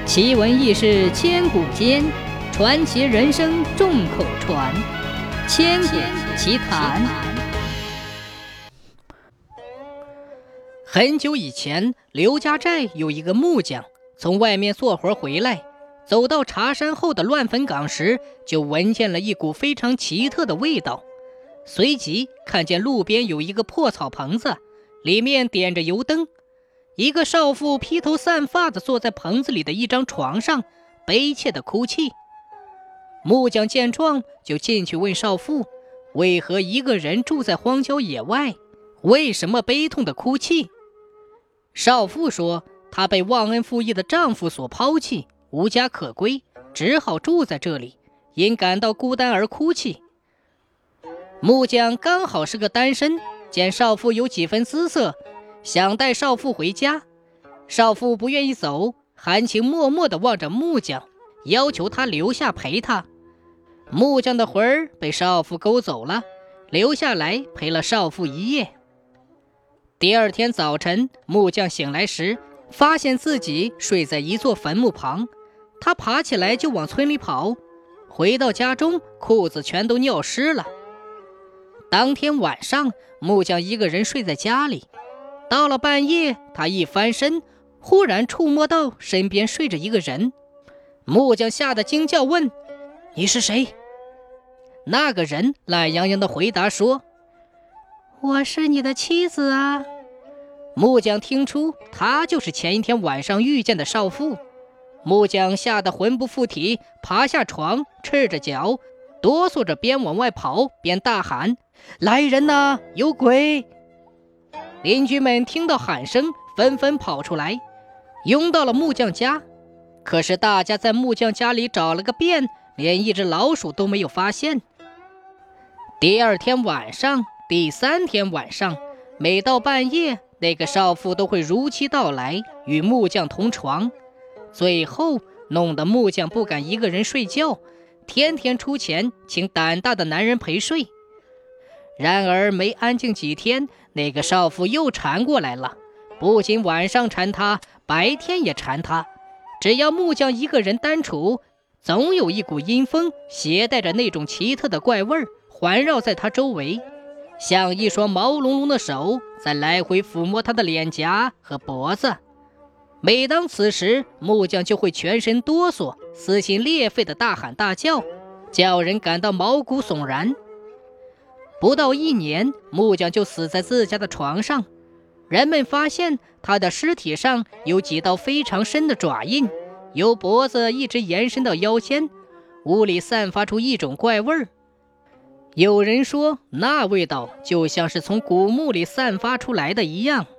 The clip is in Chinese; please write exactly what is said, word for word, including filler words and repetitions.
奇闻异事千古间，传奇人生众口传。千古奇谈。很久以前，刘家寨有一个木匠，从外面做活回来，走到茶山后的乱坟岗时，就闻见了一股非常奇特的味道。随即看见路边有一个破草棚子，里面点着油灯，一个少妇披头散发地坐在棚子里的一张床上，悲切地哭泣。木匠见状，就进去问少妇，为何一个人住在荒郊野外，为什么悲痛地哭泣？少妇说，她被忘恩负义的丈夫所抛弃，无家可归，只好住在这里，因感到孤单而哭泣。木匠刚好是个单身，见少妇有几分姿色，想带少妇回家。少妇不愿意走，含情脉脉地望着木匠，要求他留下陪他。木匠的魂儿被少妇勾走了，留下来陪了少妇一夜。第二天早晨，木匠醒来时，发现自己睡在一座坟墓旁。他爬起来就往村里跑，回到家中，裤子全都尿湿了。当天晚上，木匠一个人睡在家里。到了半夜，他一翻身，忽然触摸到身边睡着一个人。木匠吓得惊叫问：“你是谁？”那个人懒洋洋地回答说：“我是你的妻子啊。”木匠听出他就是前一天晚上遇见的少妇。木匠吓得魂不附体，爬下床，赤着脚，哆嗦着边往外跑边大喊：“来人呐，有鬼！”邻居们听到喊声，纷纷跑出来，拥到了木匠家。可是大家在木匠家里找了个遍，连一只老鼠都没有发现。第二天晚上，第三天晚上，每到半夜，那个少妇都会如期到来，与木匠同床。最后弄得木匠不敢一个人睡觉，天天出钱请胆大的男人陪睡。然而没安静几天，那个少妇又缠过来了，不仅晚上缠他，白天也缠他。只要木匠一个人单处，总有一股阴风携带着那种奇特的怪味儿环绕在他周围，像一双毛茸茸的手在来回抚摸他的脸颊和脖子。每当此时，木匠就会全身哆嗦，撕心裂肺的大喊大叫，叫人感到毛骨悚然。不到一年，木匠就死在自家的床上。人们发现他的尸体上有几道非常深的爪印，由脖子一直延伸到腰间，屋里散发出一种怪味儿。有人说，那味道就像是从古墓里散发出来的一样。